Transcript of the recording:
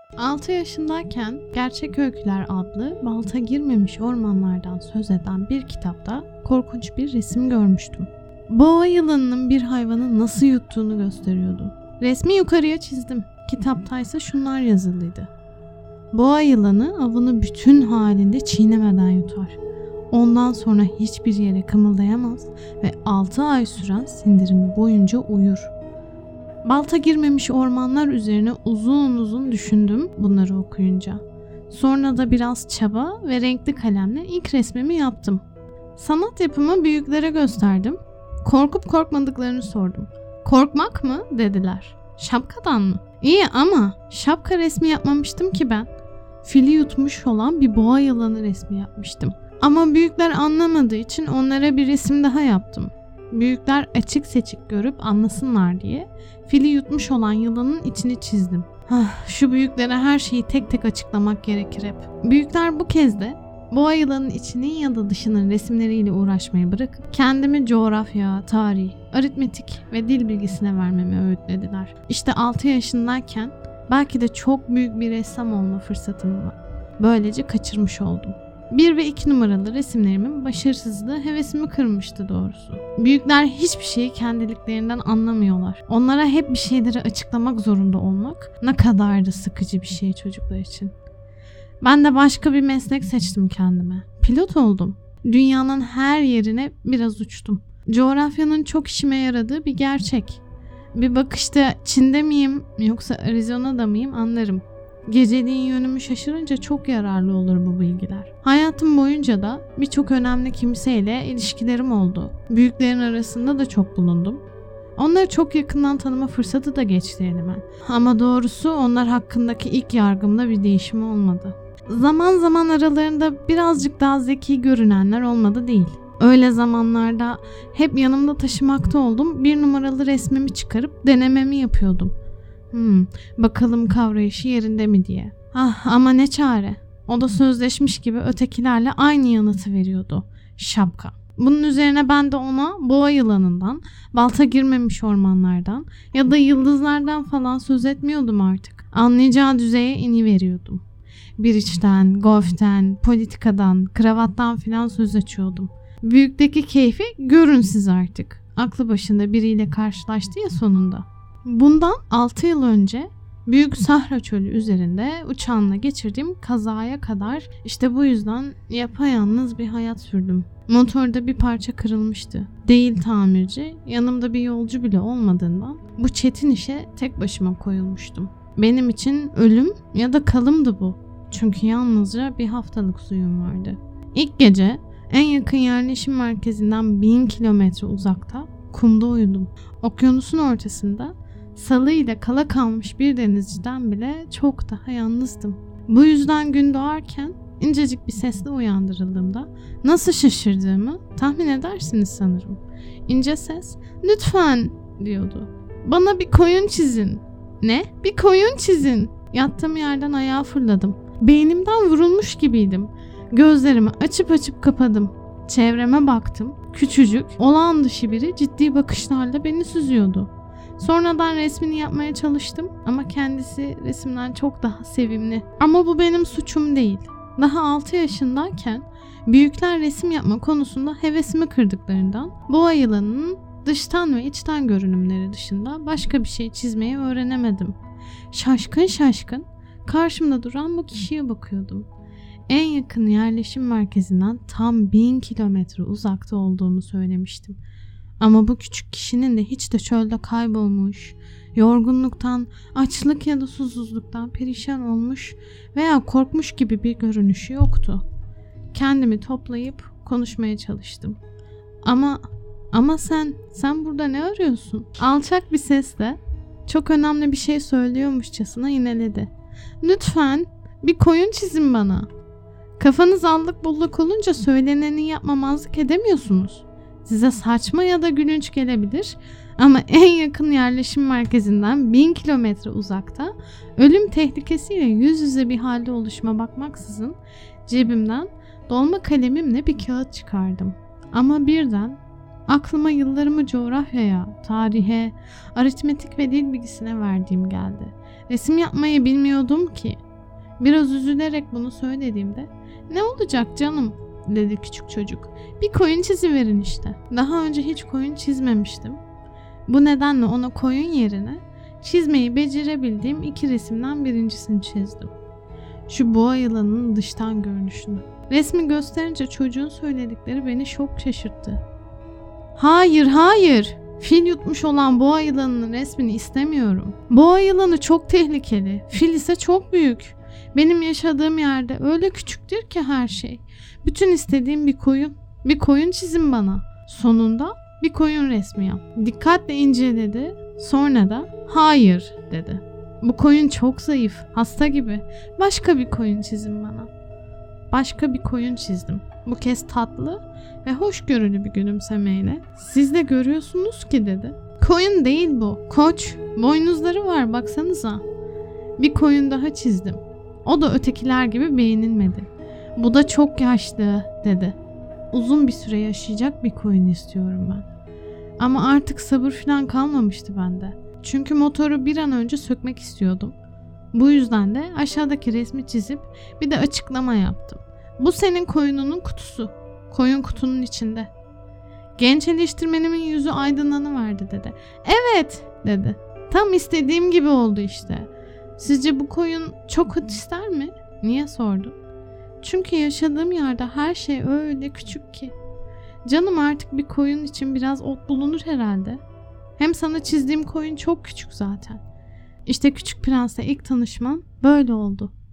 6 yaşındayken Gerçek Öyküler adlı balta girmemiş ormanlardan söz eden bir kitapta korkunç bir resim görmüştüm. Boğa yılanının bir hayvanı nasıl yuttuğunu gösteriyordu. Resmi yukarıya çizdim. Kitaptaysa şunlar yazılıydı. Boğa yılanı avını bütün halinde çiğnemeden yutar. Ondan sonra hiçbir yere kımıldayamaz ve 6 ay süren sindirimi boyunca uyur. Balta girmemiş ormanlar üzerine uzun uzun düşündüm bunları okuyunca. Sonra da biraz çaba ve renkli kalemle ilk resmimi yaptım. Sanat yapımı büyüklere gösterdim. Korkup korkmadıklarını sordum. Korkmak mı dediler. Şapkadan mı? İyi ama şapka resmi yapmamıştım ki ben. Fili yutmuş olan bir boğa yılanı resmi yapmıştım. Ama büyükler anlamadığı için onlara bir resim daha yaptım. Büyükler açık seçik görüp anlasınlar diye fili yutmuş olan yılanın içini çizdim. Şu büyüklere her şeyi tek tek açıklamak gerekir hep. Büyükler bu kez de boğa yılanın içinin ya da dışının resimleriyle uğraşmayı bırakıp kendimi coğrafya, tarih, aritmetik ve dil bilgisine vermemi öğütlediler. İşte 6 yaşındayken belki de çok büyük bir ressam olma fırsatımı böylece kaçırmış oldum. 1 ve 2 numaralı resimlerimin başarısızlığı hevesimi kırmıştı doğrusu. Büyükler hiçbir şeyi kendiliklerinden anlamıyorlar. Onlara hep bir şeyleri açıklamak zorunda olmak ne kadar da sıkıcı bir şey çocuklar için. Ben de başka bir meslek seçtim kendime. Pilot oldum. Dünyanın her yerine biraz uçtum. Coğrafyanın çok işime yaradığı bir gerçek. Bir bakışta Çin'de miyim yoksa Arizona'da mıyım anlarım. Geceliğin yönümü şaşırınca çok yararlı olur bu bilgiler. Hayatım boyunca da birçok önemli kimseyle ilişkilerim oldu. Büyüklerin arasında da çok bulundum. Onları çok yakından tanıma fırsatı da geçti elime. Ama doğrusu onlar hakkındaki ilk yargımda bir değişim olmadı. Zaman zaman aralarında birazcık daha zeki görünenler olmadı değil. Öyle zamanlarda hep yanımda taşımakta olduğum 1 numaralı resmimi çıkarıp denememi yapıyordum. Bakalım kavrayışı yerinde mi diye. Ama ne çare. O da sözleşmiş gibi ötekilerle aynı yanıtı veriyordu. Şapka. Bunun üzerine ben de ona boğa yılanından, balta girmemiş ormanlardan ya da yıldızlardan falan söz etmiyordum artık. Anlayacağı düzeye iniveriyordum. Biriçten, golften, politikadan, kravattan filan söz açıyordum. Büyükteki keyfi görün siz artık. Aklı başında biriyle karşılaştı ya sonunda. Bundan 6 yıl önce Büyük Sahra Çölü üzerinde uçağımla geçirdiğim kazaya kadar işte bu yüzden yapayalnız bir hayat sürdüm. Motorda bir parça kırılmıştı. Değil tamirci, yanımda bir yolcu bile olmadığından bu çetin işe tek başıma koyulmuştum. Benim için ölüm ya da kalımdı bu. Çünkü yalnızca bir haftalık suyum vardı. İlk gece en yakın yerleşim merkezinden 1000 kilometre uzakta kumda uyudum. Okyanusun ortasında salı ile kala kalmış bir denizciden bile çok daha yalnızdım. Bu yüzden gün doğarken incecik bir sesle uyandırıldığımda nasıl şaşırdığımı tahmin edersiniz sanırım. İnce ses, "Lütfen," diyordu. "Bana bir koyun çizin." "Ne? Bir koyun çizin." Yattığım yerden ayağa fırladım. Beynimden vurulmuş gibiydim. Gözlerimi açıp açıp kapadım. Çevreme baktım. Küçücük, olağan dışı biri ciddi bakışlarla beni süzüyordu. Sonradan resmini yapmaya çalıştım ama kendisi resimden çok daha sevimli. Ama bu benim suçum değil. Daha 6 yaşındayken büyükler resim yapma konusunda hevesimi kırdıklarından boğa yılanının dıştan ve içten görünümleri dışında başka bir şey çizmeyi öğrenemedim. Şaşkın şaşkın karşımda duran bu kişiye bakıyordum. En yakın yerleşim merkezinden tam 1000 kilometre uzakta olduğumu söylemiştim. Ama bu küçük kişinin de hiç de çölde kaybolmuş, yorgunluktan, açlık ya da susuzluktan perişan olmuş veya korkmuş gibi bir görünüşü yoktu. Kendimi toplayıp konuşmaya çalıştım. Ama sen burada ne arıyorsun? Alçak bir sesle çok önemli bir şey söylüyormuşçasına yineledi. "Lütfen bir koyun çizin bana." Kafanız allak bullak olunca söyleneni yapmamazlık edemiyorsunuz. Size saçma ya da gülünç gelebilir ama en yakın yerleşim merkezinden 1000 kilometre uzakta ölüm tehlikesiyle yüz yüze bir halde oluşuma bakmaksızın cebimden dolma kalemimle bir kağıt çıkardım. Ama birden Aklıma yıllarımı coğrafyaya, tarihe, aritmetik ve dil bilgisine verdiğim geldi. Resim yapmayı bilmiyordum ki. Biraz üzülerek bunu söylediğimde "Ne olacak canım?" dedi küçük çocuk. "Bir koyun çiziverin işte." Daha önce hiç koyun çizmemiştim. Bu nedenle ona koyun yerine çizmeyi becerebildiğim 2 resimden birincisini çizdim. Şu boğa yılanının dıştan görünüşünü. Resmi gösterince çocuğun söyledikleri beni çok şaşırttı. "Hayır, hayır. Fil yutmuş olan boğa yılanının resmini istemiyorum. Boğa yılanı çok tehlikeli. Fil ise çok büyük. Benim yaşadığım yerde öyle küçüktür ki her şey. Bütün istediğim bir koyun. Bir koyun çizin bana." Sonunda bir koyun resmi yap. Dikkatle inceledi. Sonra da "Hayır," dedi. "Bu koyun çok zayıf, hasta gibi. Başka bir koyun çizin bana." Başka bir koyun çizdim. Bu kez tatlı ve hoşgörülü bir gülümsemeyle "Siz de görüyorsunuz ki," dedi. "Koyun değil bu, koç. Boynuzları var, baksanıza." Bir koyun daha çizdim. O da ötekiler gibi beğenilmedi. "Bu da çok yaşlı," dedi. "Uzun bir süre yaşayacak bir koyun istiyorum ben." Ama artık sabır falan kalmamıştı bende. Çünkü motoru bir an önce sökmek istiyordum. Bu yüzden de aşağıdaki resmi çizip bir de açıklama yaptım. "Bu senin koyununun kutusu. Koyun kutunun içinde." Genç eleştirmenimin yüzü aydınlanıverdi dedi. "Evet," dedi. "Tam istediğim gibi oldu işte. Sizce bu koyun çok ot ister mi?" "Niye sordun?" "Çünkü yaşadığım yerde her şey öyle küçük ki. Canım artık bir koyun için biraz ot bulunur herhalde. Hem sana çizdiğim koyun çok küçük zaten." İşte Küçük Prens'le ilk tanışmam böyle oldu.